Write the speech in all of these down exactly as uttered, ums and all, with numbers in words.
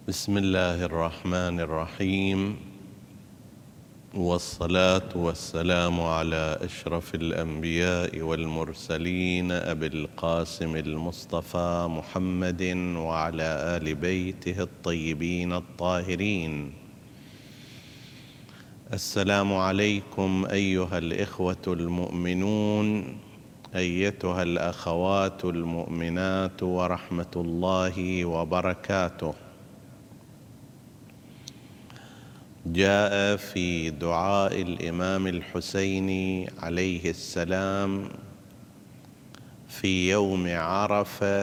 بسم الله الرحمن الرحيم، والصلاة والسلام على أشرف الأنبياء والمرسلين أبي القاسم المصطفى محمد وعلى آل بيته الطيبين الطاهرين. السلام عليكم أيها الإخوة المؤمنون، أيتها الأخوات المؤمنات، ورحمة الله وبركاته. جاء في دعاء الإمام الحسين عليه السلام في يوم عرفة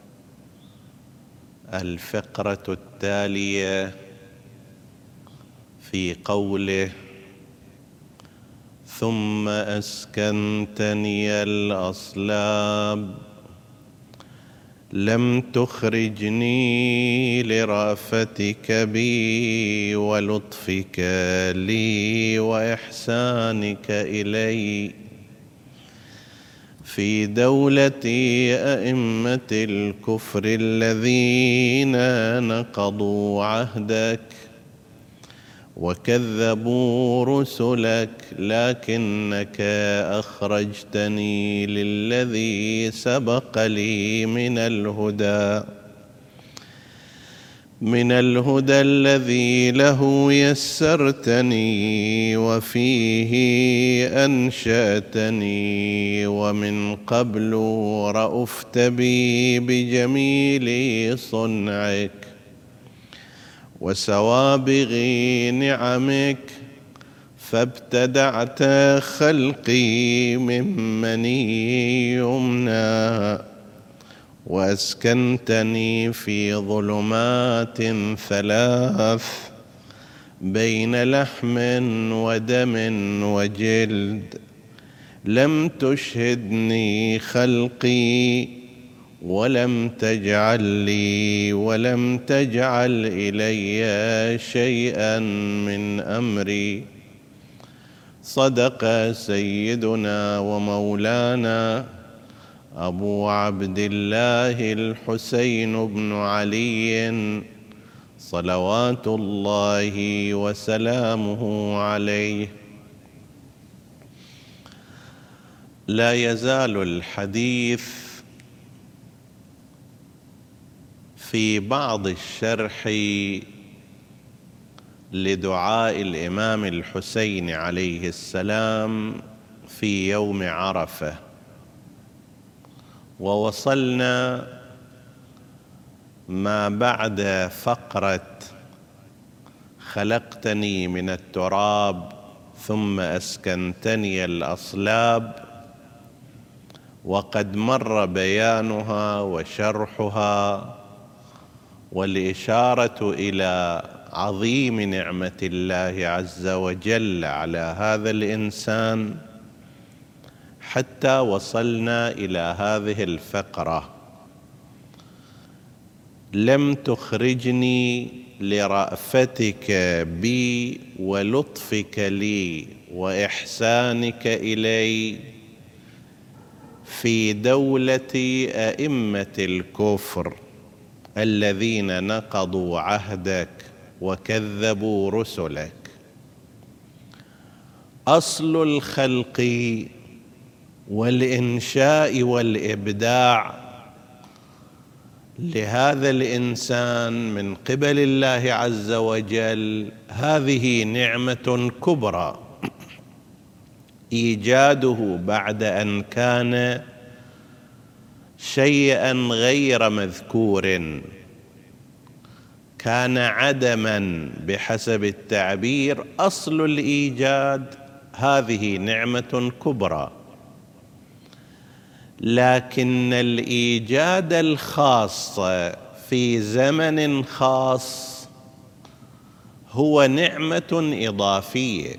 الفقرة التالية في قوله: ثم أسكنتني الأصلاب لم تخرجني لرأفتك بي ولطفك لي وإحسانك إلي في دولة أئمة الكفر الذين نقضوا عهدك وكذبوا رسلك، لكنك أخرجتني للذي سبق لي من الهدى من الهدى الذي له يسرتني وفيه أنشأتني، ومن قبل رأفت بي بجميل صنعك وسوابغ نعمك، فابتدعت خلقي من مني يمنى وأسكنتني في ظلمات ثلاث بين لحم ودم وجلد، لم تشهدني خلقي ولم تجعل لي ولم تجعل إلي شيئا من أمري. صدق سيدنا ومولانا أبو عبد الله الحسين بن علي صلوات الله وسلامه عليه. لا يزال الحديث في بعض الشرح لدعاء الإمام الحسين عليه السلام في يوم عرفة، ووصلنا ما بعد فقرة خلقتني من التراب ثم أسكنتني الأصلاب، وقد مر بيانها وشرحها والإشارة إلى عظيم نعمة الله عز وجل على هذا الإنسان، حتى وصلنا إلى هذه الفقرة: لم تخرجني لرأفتك بي ولطفك لي وإحسانك إلي في دولة أئمة الكفر الذين نقضوا عهدك وكذبوا رسلك. أصل الخلق والإنشاء والإبداع لهذا الإنسان من قبل الله عز وجل هذه نعمة كبرى، إيجاده بعد أن كان شيئا غير مذكور، كان عدما بحسب التعبير. أصل الإيجاد هذه نعمة كبرى، لكن الإيجاد الخاص في زمن خاص هو نعمة إضافية.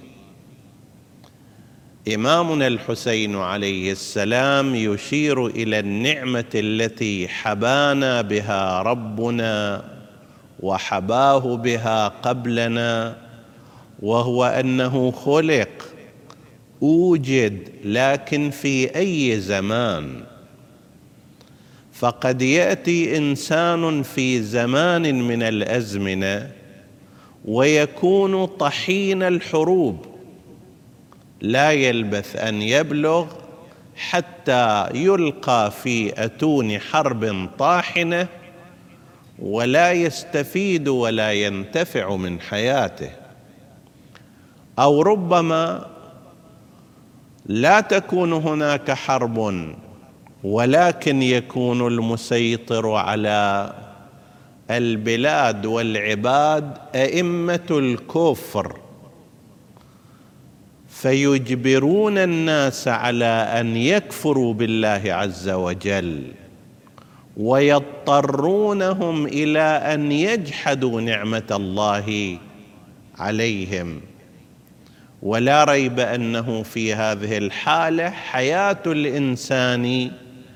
إمامنا الحسين عليه السلام يشير إلى النعمة التي حبانا بها ربنا وحباه بها قبلنا، وهو أنه خلق أوجد، لكن في أي زمان، فقد يأتي إنسان في زمان من الأزمنة ويكون طحين الحروب، لا يلبث أن يبلغ حتى يلقى في أتون حرب طاحنة ولا يستفيد ولا ينتفع من حياته. أو ربما لا تكون هناك حرب، ولكن يكون المسيطر على البلاد والعباد أئمة الكفر، فيجبرون الناس على أن يكفروا بالله عز وجل ويضطرونهم إلى أن يجحدوا نعمة الله عليهم. ولا ريب أنه في هذه الحالة حياة الإنسان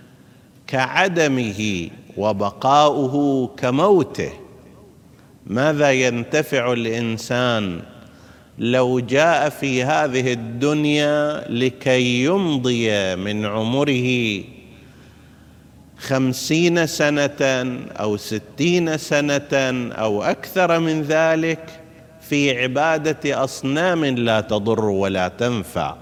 كعدمه وبقاؤه كموته. ماذا ينتفع الإنسان لو جاء في هذه الدنيا لكي يمضي من عمره خمسين سنة أو ستين سنة أو أكثر من ذلك في عبادة أصنام لا تضر ولا تنفع،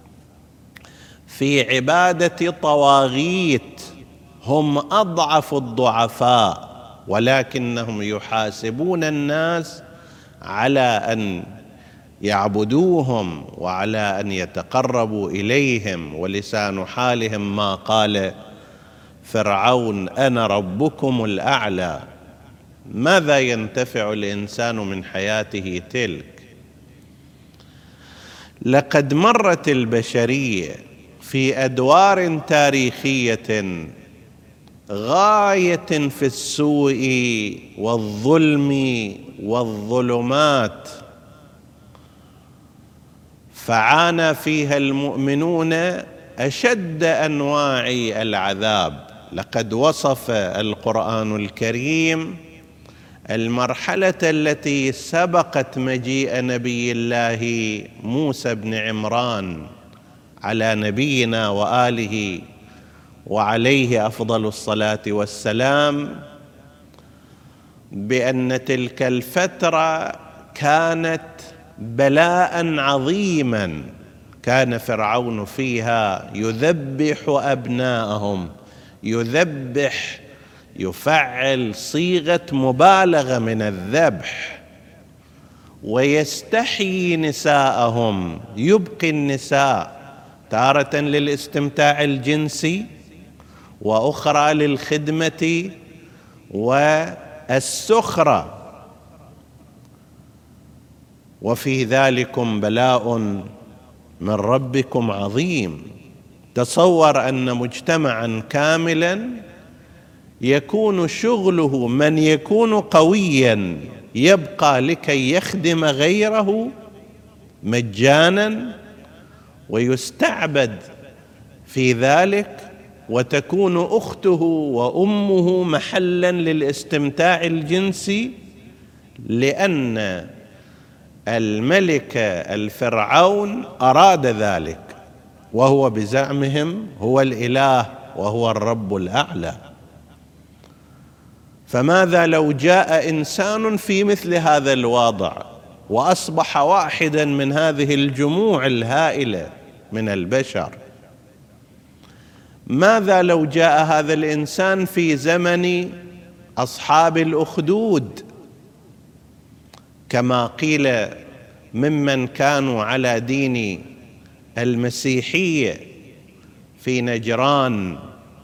في عبادة طواغيت هم أضعف الضعفاء، ولكنهم يحاسبون الناس على أن يعبدوهم وعلى أن يتقربوا إليهم. ولسان حالهم ما قال فرعون أنا ربكم الأعلى. ماذا ينتفع الإنسان من حياته تلك؟ لقد مرت البشرية في أدوار تاريخية غاية في السوء والظلم والظلمات، فعانى فيها المؤمنون أشد أنواع العذاب. لقد وصف القرآن الكريم المرحلة التي سبقت مجيء نبي الله موسى بن عمران على نبينا وآله وعليه أفضل الصلاة والسلام بأن تلك الفترة كانت بلاء عظيما. كان فرعون فيها يذبح أبناءهم، يذبح يفعل صيغة مبالغة من الذبح، ويستحيي نساءهم، يبقي النساء تارة للاستمتاع الجنسي وأخرى للخدمة والسخرة. وفي ذلكم بلاء من ربكم عظيم. تصور أن مجتمعا كاملا يكون شغله من يكون قويا يبقى لكي يخدم غيره مجانا ويستعبد في ذلك، وتكون أخته وأمه محلا للاستمتاع الجنسي، لأن الملك الفرعون أراد ذلك، وهو بزعمهم هو الإله وهو الرب الأعلى. فماذا لو جاء إنسان في مثل هذا الوضع وأصبح واحدا من هذه الجموع الهائلة من البشر؟ ماذا لو جاء هذا الإنسان في زمن أصحاب الأخدود، كما قيل ممن كانوا على دين المسيحية في نجران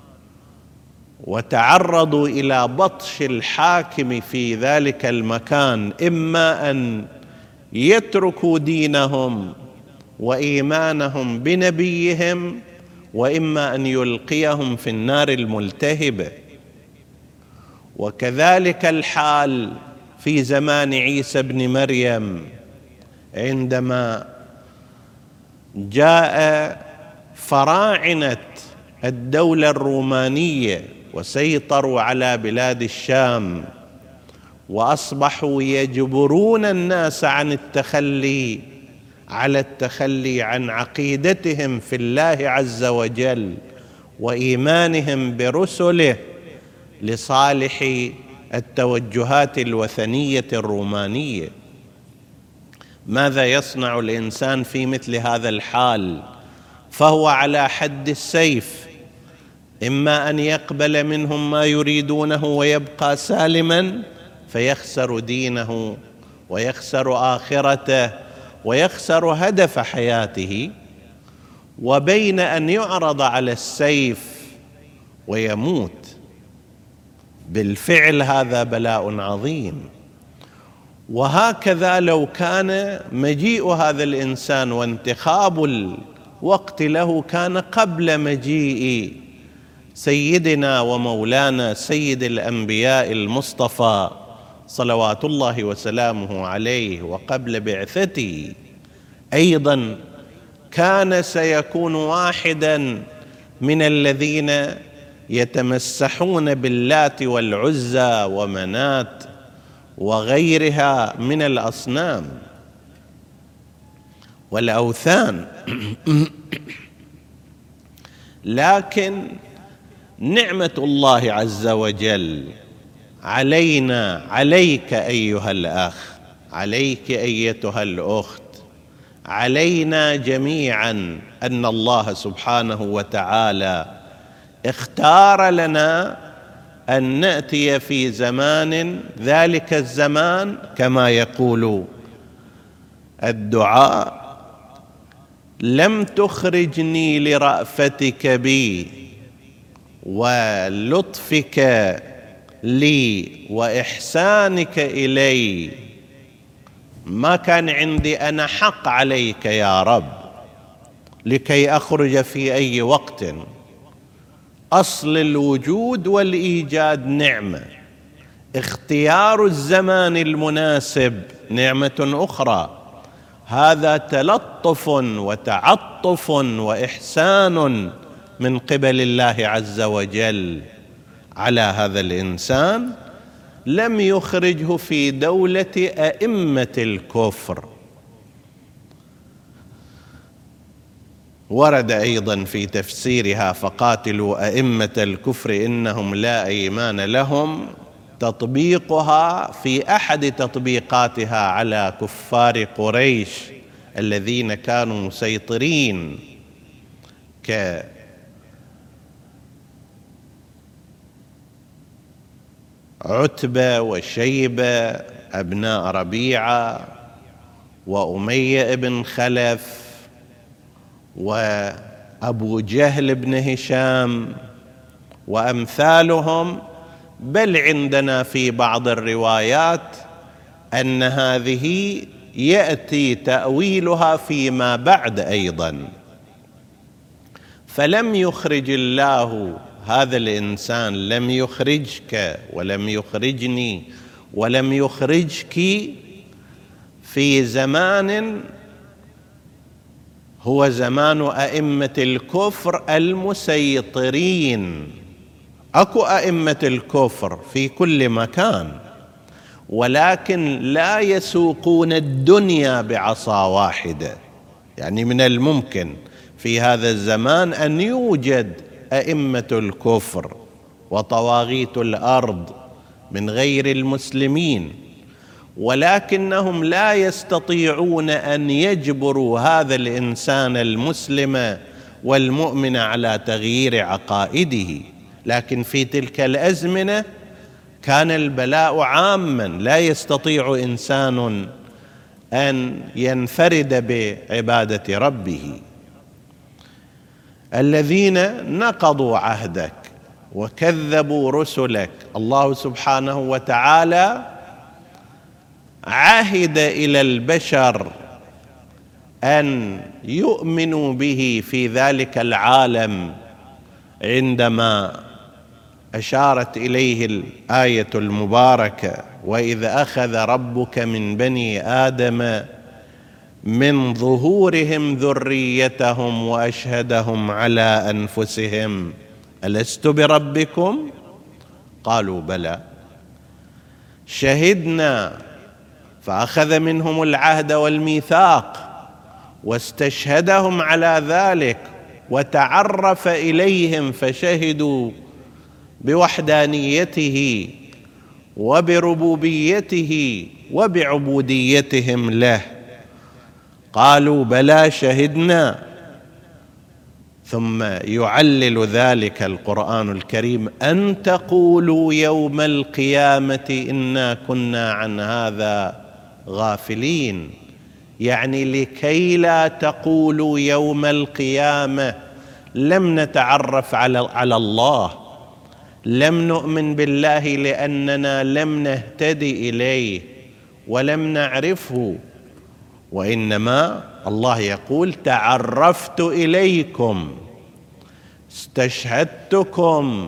وتعرضوا إلى بطش الحاكم في ذلك المكان، إما أن يتركوا دينهم وإيمانهم بنبيهم، وإما أن يلقيهم في النار الملتهبة. وكذلك الحال في زمان عيسى بن مريم، عندما جاء فراعنة الدولة الرومانية وسيطروا على بلاد الشام، وأصبحوا يجبرون الناس عن التخلي على التخلي عن عقيدتهم في الله عز وجل وإيمانهم برسله لصالح التوجهات الوثنية الرومانية. ماذا يصنع الإنسان في مثل هذا الحال؟ فهو على حد السيف، إما أن يقبل منهم ما يريدونه ويبقى سالما فيخسر دينه ويخسر آخرته ويخسر هدف حياته، وبين أن يعرض على السيف ويموت. بالفعل هذا بلاء عظيم. وهكذا لو كان مجيء هذا الإنسان وانتخاب الوقت له كان قبل مجيء سيدنا ومولانا سيد الأنبياء المصطفى صلوات الله وسلامه عليه، وقبل بعثته أيضا كان سيكون واحدا من الذين يتمسحون باللات والعزى ومنات وغيرها من الأصنام والأوثان. لكن نعمة الله عز وجل علينا، عليك أيها الأخ، عليك أيتها الأخت، علينا جميعا أن الله سبحانه وتعالى اختار لنا أن نأتي في زمان، ذلك الزمان كما يقول الدعاء: لم تخرجني لرأفتك بي ولطفك لي وإحسانك إلي، ما كان عندي أنا حق عليك يا رب لكي أخرج في أي وقت. أصل الوجود والإيجاد نعمة، اختيار الزمان المناسب نعمة أخرى. هذا تلطف وتعطف وإحسان من قبل الله عز وجل على هذا الإنسان، لم يخرجه في دولة أئمة الكفر. ورد أيضا في تفسيرها: فقاتلوا أئمة الكفر إنهم لا أيمان لهم، تطبيقها في أحد تطبيقاتها على كفار قريش الذين كانوا مسيطرين كعتبة وشيبة أبناء ربيعة وأمية بن خلف وأبو جهل بن هشام وأمثالهم. بل عندنا في بعض الروايات أن هذه يأتي تأويلها فيما بعد أيضا. فلم يخرج الله هذا الإنسان، لم يخرجك ولم يخرجني ولم يخرجك في زمان هو زمان أئمة الكفر المسيطرين. أكو أئمة الكفر في كل مكان، ولكن لا يسوقون الدنيا بعصا واحدة. يعني من الممكن في هذا الزمان أن يوجد أئمة الكفر وطواغيت الأرض من غير المسلمين، ولكنهم لا يستطيعون أن يجبروا هذا الإنسان المسلم والمؤمن على تغيير عقائده. لكن في تلك الأزمنة كان البلاء عاما، لا يستطيع إنسان أن ينفرد بعبادة ربه. الذين نقضوا عهدك وكذبوا رسلك، الله سبحانه وتعالى عهد إلى البشر أن يؤمنوا به في ذلك العالم، عندما أشارت إليه الآية المباركة: وإذ أخذ ربك من بني آدم من ظهورهم ذريتهم وأشهدهم على أنفسهم ألست بربكم؟ قالوا بلى شهدنا، فأخذ منهم العهد والميثاق واستشهدهم على ذلك وتعرف إليهم فشهدوا بوحدانيته وبربوبيته وبعبوديتهم له. قالوا بلى شهدنا. ثم يعلل ذلك القرآن الكريم: أن تقولوا يوم القيامة إنا كنا عن هذا غافلين. يعني لكي لا تقولوا يوم القيامة لم نتعرف على على الله، لم نؤمن بالله لأننا لم نهتدي إليه ولم نعرفه، وإنما الله يقول: تعرفت إليكم، استشهدتكم،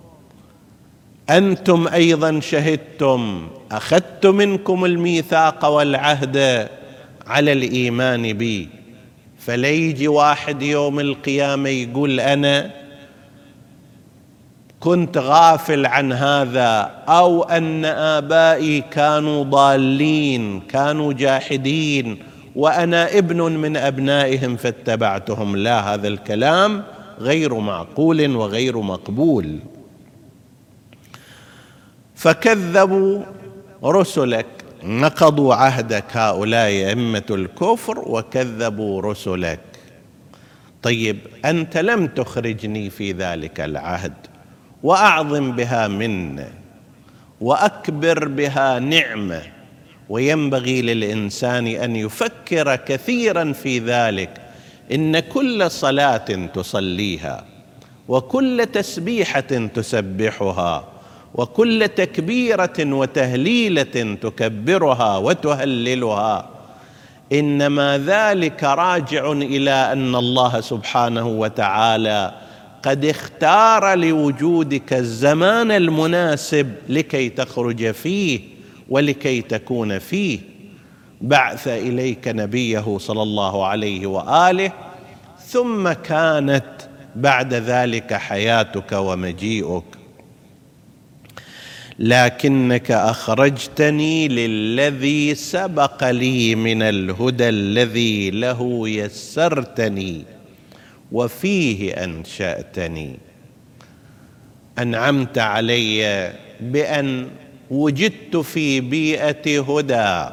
أنتم أيضا شهدتم، أخذت منكم الميثاق والعهد على الإيمان بي. فليجي واحد يوم القيامة يقول أنا كنت غافل عن هذا، أو أن آبائي كانوا ضالين، كانوا جاحدين، وأنا ابن من أبنائهم فاتبعتهم. لا، هذا الكلام غير معقول وغير مقبول. فكذبوا رسلك، نقضوا عهدك هؤلاء أئمة الكفر وكذبوا رسلك. طيب، أنت لم تخرجني في ذلك العهد، وأعظم بها منة وأكبر بها نعمة، وينبغي للإنسان أن يفكر كثيرا في ذلك. إن كل صلاة تصليها، وكل تسبيحة تسبحها، وكل تكبيرة وتهليلة تكبرها وتهللها، إنما ذلك راجع إلى أن الله سبحانه وتعالى قد اختار لوجودك الزمان المناسب لكي تخرج فيه ولكي تكون فيه. بعث إليك نبيه صلى الله عليه وآله، ثم كانت بعد ذلك حياتك ومجيئك. لكنك أخرجتني للذي سبق لي من الهدى الذي له يسرتني وفيه أنشأتني. أنعمت علي بأن وجدت في بيئة هدى.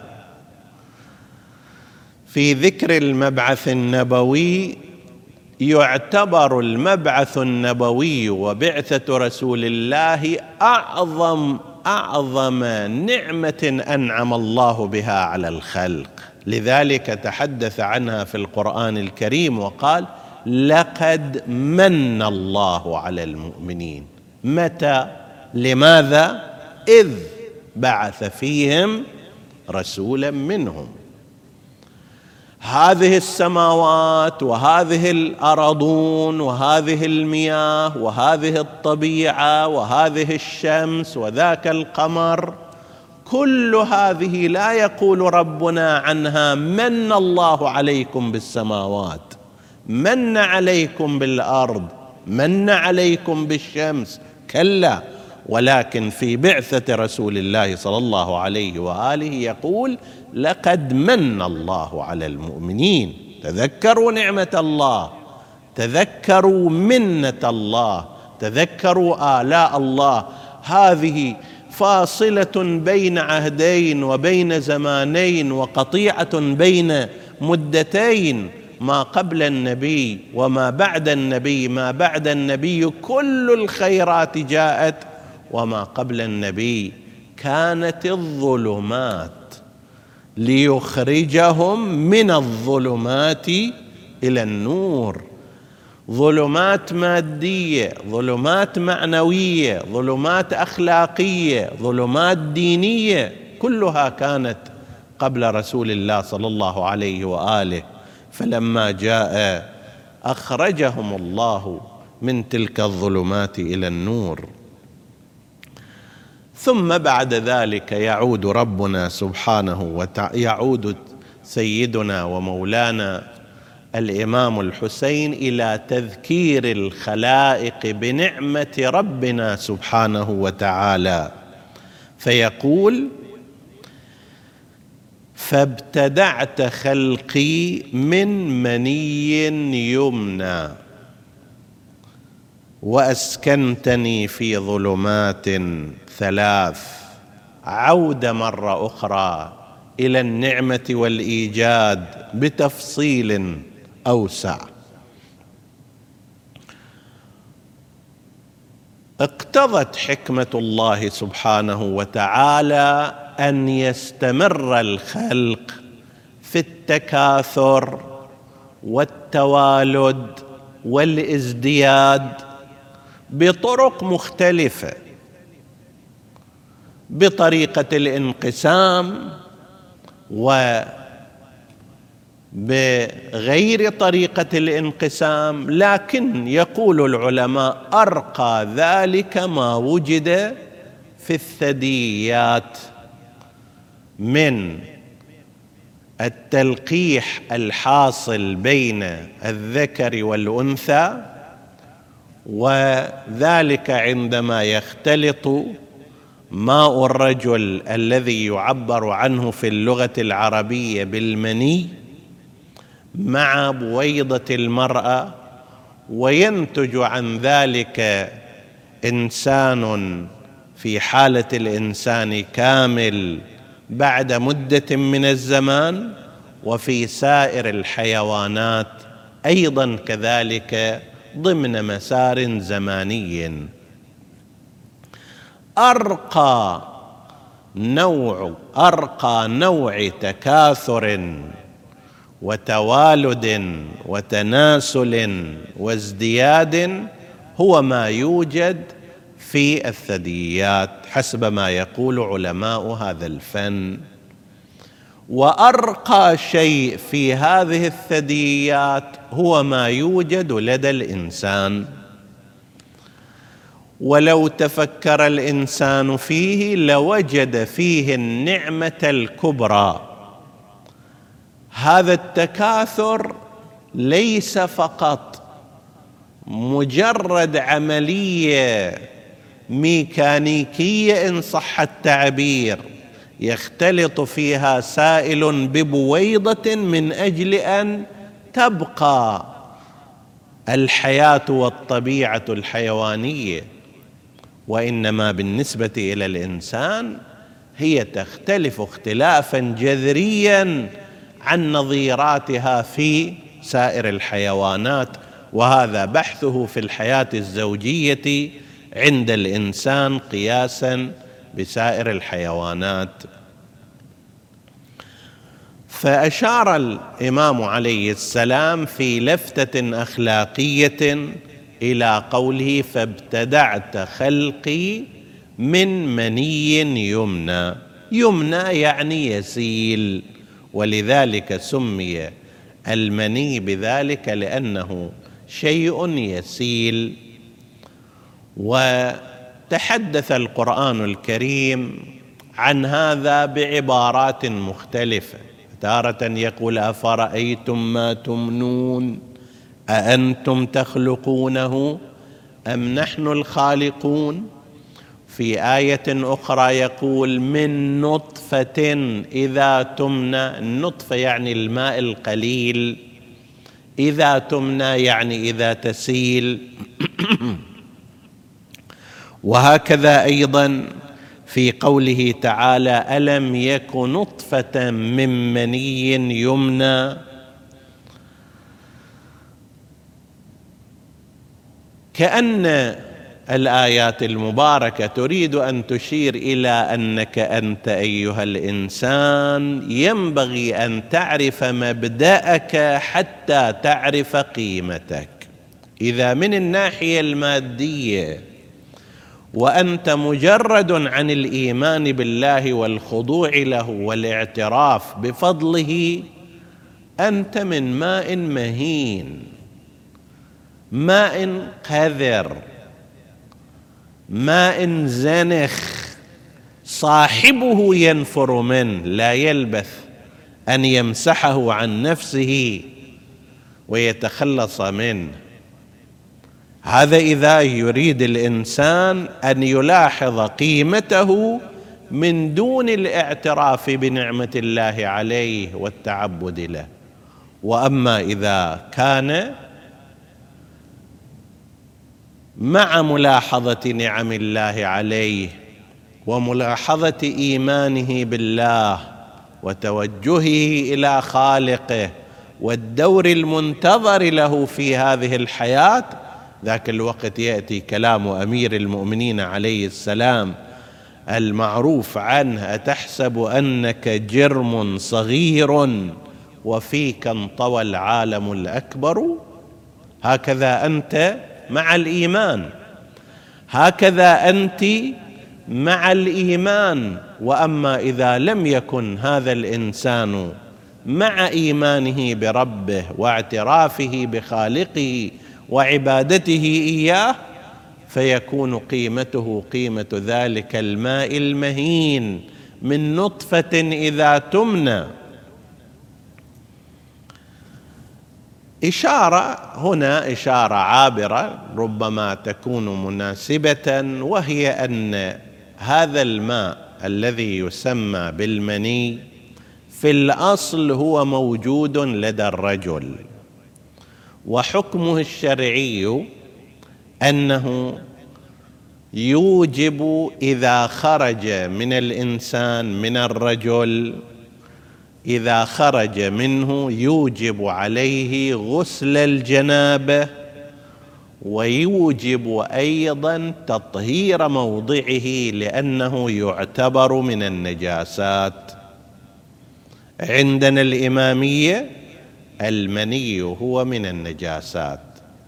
في ذكر المبعث النبوي، يعتبر المبعث النبوي وبعثة رسول الله أعظم أعظم نعمة أنعم الله بها على الخلق. لذلك تحدث عنها في القرآن الكريم وقال: لقد من الله على المؤمنين. متى؟ لماذا؟ إذ بعث فيهم رسولا منهم. هذه السماوات وهذه الأرضون وهذه المياه وهذه الطبيعة وهذه الشمس وذاك القمر، كل هذه لا يقول ربنا عنها من الله عليكم بالسماوات، من عليكم بالأرض، من عليكم بالشمس، كلا. ولكن في بعثة رسول الله صلى الله عليه وآله يقول: لقد من الله على المؤمنين. تذكروا نعمة الله، تذكروا منة الله، تذكروا آلاء الله. هذه فاصلة بين عهدين وبين زمانين، وقطيعة بين مدتين، ما قبل النبي وما بعد النبي. ما بعد النبي كل الخيرات جاءت، وما قبل النبي كانت الظلمات، ليخرجهم من الظلمات إلى النور. ظلمات مادية، ظلمات معنوية، ظلمات أخلاقية، ظلمات دينية، كلها كانت قبل رسول الله صلى الله عليه وآله. فلما جاء أخرجهم الله من تلك الظلمات إلى النور. ثم بعد ذلك يعود ربنا سبحانه وتعالى، يعود سيدنا ومولانا الإمام الحسين إلى تذكير الخلائق بنعمة ربنا سبحانه وتعالى، فيقول: فابتدعت خلقي من مني يمنى. وأسكنتني في ظلمات ثلاث. عودة مرة أخرى إلى النعمة والإيجاد بتفصيل أوسع. اقتضت حكمة الله سبحانه وتعالى أن يستمر الخلق في التكاثر والتوالد والازدياد بطرق مختلفة، بطريقة الانقسام وبغير طريقة الانقسام، لكن يقول العلماء أرقى ذلك ما وجد في الثدييات من التلقيح الحاصل بين الذكر والأنثى، وذلك عندما يختلط ماء الرجل الذي يعبر عنه في اللغة العربية بالمني مع بويضة المرأة، وينتج عن ذلك إنسان في حالة الإنسان كامل بعد مدة من الزمان، وفي سائر الحيوانات أيضا كذلك ضمن مسار زماني. أرقى نوع أرقى نوع تكاثر وتوالد وتناسل وازدياد هو ما يوجد في الثدييات حسب ما يقول علماء هذا الفن. وأرقى شيء في هذه الثدييات هو ما يوجد لدى الإنسان، ولو تفكر الإنسان فيه لوجد فيه النعمة الكبرى. هذا التكاثر ليس فقط مجرد عملية ميكانيكية إن صح التعبير، يختلط فيها سائل ببويضة من أجل أن تبقى الحياة والطبيعة الحيوانية، وإنما بالنسبة إلى الإنسان هي تختلف اختلافا جذريا عن نظيراتها في سائر الحيوانات، وهذا بحثه في الحياة الزوجية عند الإنسان قياسا بسائر الحيوانات. فأشار الإمام عليه السلام في لفتة أخلاقية إلى قوله: فابتدعت خلقي من مني يمنى. يمنى يعني يسيل، ولذلك سمي المني بذلك لأنه شيء يسيل. وتحدث القرآن الكريم عن هذا بعبارات مختلفة، تارة يقول: أفرأيتم ما تمنون أأنتم تخلقونه أم نحن الخالقون. في آية أخرى يقول: من نطفة إذا تمنى. النطفة يعني الماء القليل، إذا تمنى يعني إذا تسيل. وهكذا أيضا في قوله تعالى: ألم يك نطفة من مني يمنى. كأن الآيات المباركة تريد أن تشير إلى أنك أنت أيها الإنسان ينبغي أن تعرف مبدأك حتى تعرف قيمتك. إذا من الناحية المادية وأنت مجرد عن الإيمان بالله والخضوع له والاعتراف بفضله، أنت من ماء مهين، ماء قذر، ماء زنخ، صاحبه ينفر منه، لا يلبث أن يمسحه عن نفسه ويتخلص منه. هذا إذا يريد الإنسان أن يلاحظ قيمته من دون الاعتراف بنعمة الله عليه والتعبد له. وأما إذا كان مع ملاحظة نعم الله عليه وملاحظة إيمانه بالله وتوجهه إلى خالقه والدور المنتظر له في هذه الحياة، ذاك الوقت يأتي كلام أمير المؤمنين عليه السلام المعروف عنه: أتحسب أنك جرم صغير وفيك انطوى العالم الأكبر. هكذا أنت مع الإيمان، هكذا أنت مع الإيمان. وأما إذا لم يكن هذا الإنسان مع إيمانه بربه واعترافه بخالقه وعبادته إياه، فيكون قيمته قيمة ذلك الماء المهين من نطفة إذا تمنى. إشارة هنا، إشارة عابرة ربما تكون مناسبة، وهي أن هذا الماء الذي يسمى بالمني في الأصل هو موجود لدى الرجل، وحكمه الشرعي أنه يوجب إذا خرج من الإنسان من الرجل، إذا خرج منه يوجب عليه غسل الجنابة، ويوجب أيضا تطهير موضعه لأنه يعتبر من النجاسات. عندنا الإمامية المني هو من النجاسات.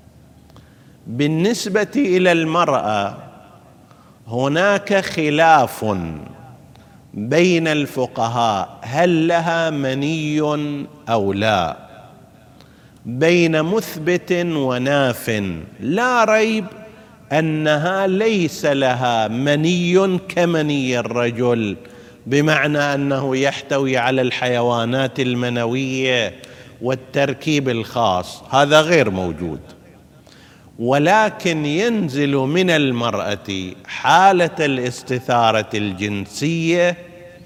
بالنسبة إلى المرأة هناك خلاف بين الفقهاء هل لها مني أو لا، بين مثبت وناف. لا ريب أنها ليس لها مني كمني الرجل، بمعنى أنه يحتوي على الحيوانات المنوية والتركيب الخاص، هذا غير موجود. ولكن ينزل من المرأة حالة الاستثارة الجنسية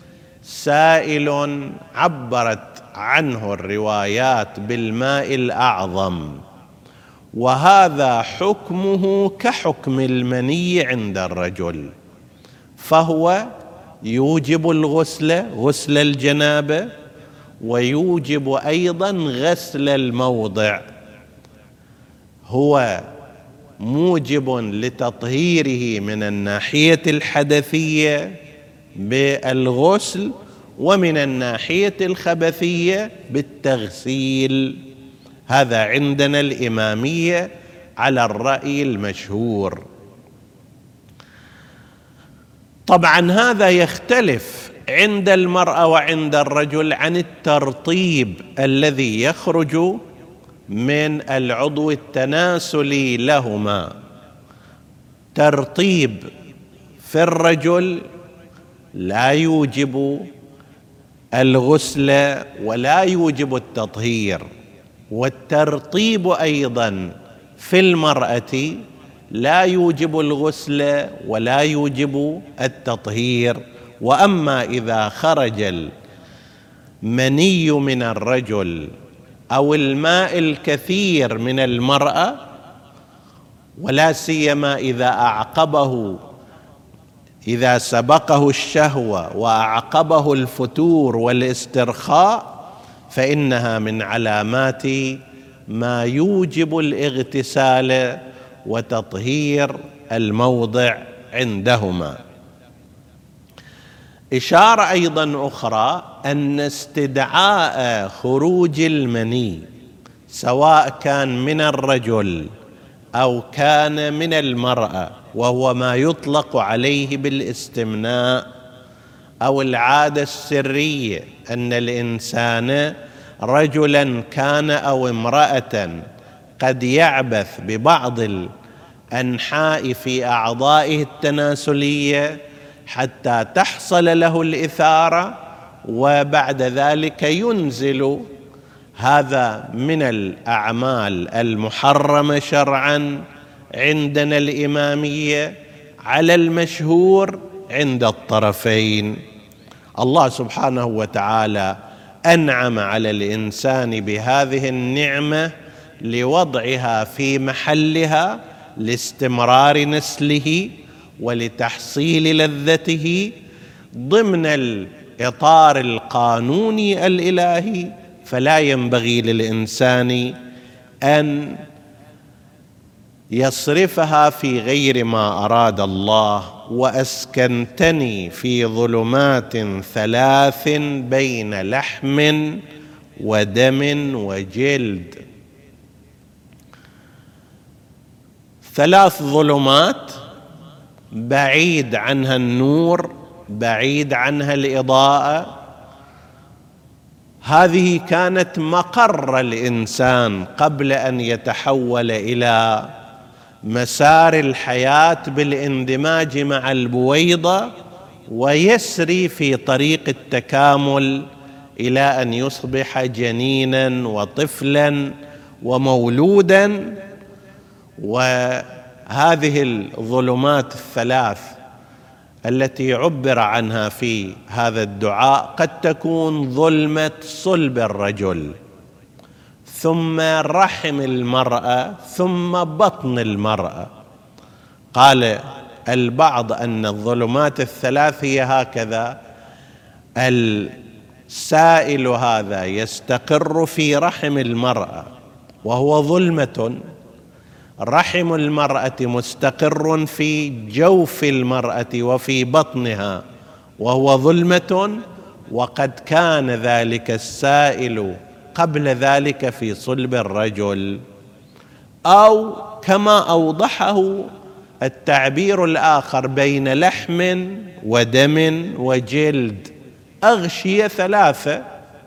سائل عبرت عنه الروايات بالماء الأعظم، وهذا حكمه كحكم المني عند الرجل، فهو يوجب الغسل، غسل الجنابة، ويوجب أيضا غسل الموضع. هو موجب لتطهيره من الناحية الحدثية بالغسل، ومن الناحية الخبثية بالتغسيل. هذا عندنا الإمامية على الرأي المشهور. طبعا هذا يختلف عند المرأة وعند الرجل عن الترطيب الذي يخرج من العضو التناسلي لهما. ترطيب في الرجل لا يوجب الغسل ولا يوجب التطهير، والترطيب أيضا في المرأة لا يوجب الغسل ولا يوجب التطهير. وأما إذا خرج المني من الرجل أو الماء الكثير من المرأة، ولا سيما إذا أعقبه، إذا سبقه الشهوة وأعقبه الفتور والاسترخاء، فإنها من علامات ما يوجب الاغتسال وتطهير الموضع عندهما. إشارة أيضا أخرى أن استدعاء خروج المني سواء كان من الرجل أو كان من المرأة، وهو ما يطلق عليه بالاستمناء أو العادة السرية، أن الإنسان رجلا كان أو امرأة قد يعبث ببعض الأنحاء في أعضائه التناسلية حتى تحصل له الإثارة، وبعد ذلك ينزل. هذا من الأعمال المحرمة شرعا عندنا الإمامية على المشهور عند الطرفين. الله سبحانه وتعالى أنعم على الإنسان بهذه النعمة لوضعها في محلها لاستمرار نسله ولتحصيل لذته ضمن الإطار القانوني الإلهي، فلا ينبغي للإنسان أن يصرفها في غير ما أراد الله. وأسكنتني في ظلمات ثلاث بين لحم ودم وجلد. ثلاث ظلمات بعيد عنها النور، بعيد عنها الإضاءة. هذه كانت مقر الإنسان قبل أن يتحول إلى مسار الحياة بالاندماج مع البويضة ويسري في طريق التكامل إلى أن يصبح جنينا وطفلا ومولودا. وهذه الظلمات الثلاث التي عبر عنها في هذا الدعاء قد تكون ظلمة صلب الرجل، ثم رحم المرأة، ثم بطن المرأة. قال البعض أن الظلمات الثلاث هي هكذا: السائل هذا يستقر في رحم المرأة وهو ظلمة، رحم المرأة مستقر في جوف المرأة وفي بطنها وهو ظلمة، وقد كان ذلك السائل قبل ذلك في صلب الرجل. أو كما أوضحه التعبير الآخر: بين لحم ودم وجلد، أغشية ثلاثة.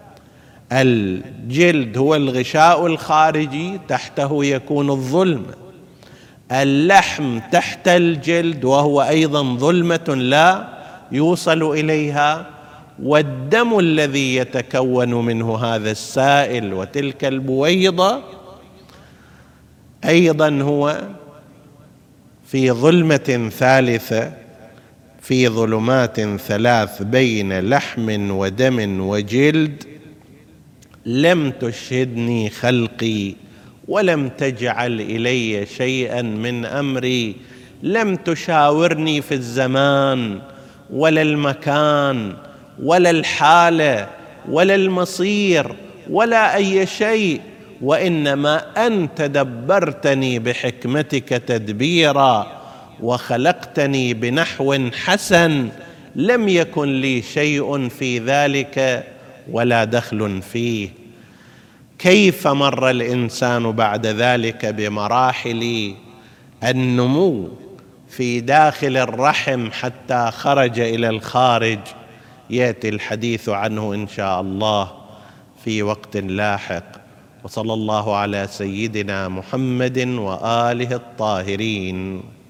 الجلد هو الغشاء الخارجي، تحته يكون الظلمة. اللحم تحت الجلد وهو أيضا ظلمة لا يوصل إليها. والدم الذي يتكون منه هذا السائل وتلك البويضة أيضا هو في ظلمة ثالثة، في ظلمات ثلاث بين لحم ودم وجلد. لم تشهدني خلقي ولم تجعل إلي شيئا من أمري، لم تشاورني في الزمان ولا المكان ولا الحالة ولا المصير ولا أي شيء، وإنما أنت دبرتني بحكمتك تدبيرا وخلقتني بنحو حسن، لم يكن لي شيء في ذلك ولا دخل فيه. كيف مر الإنسان بعد ذلك بمراحل النمو في داخل الرحم حتى خرج إلى الخارج، يأتي الحديث عنه إن شاء الله في وقت لاحق. وصلى الله على سيدنا محمد وآله الطاهرين.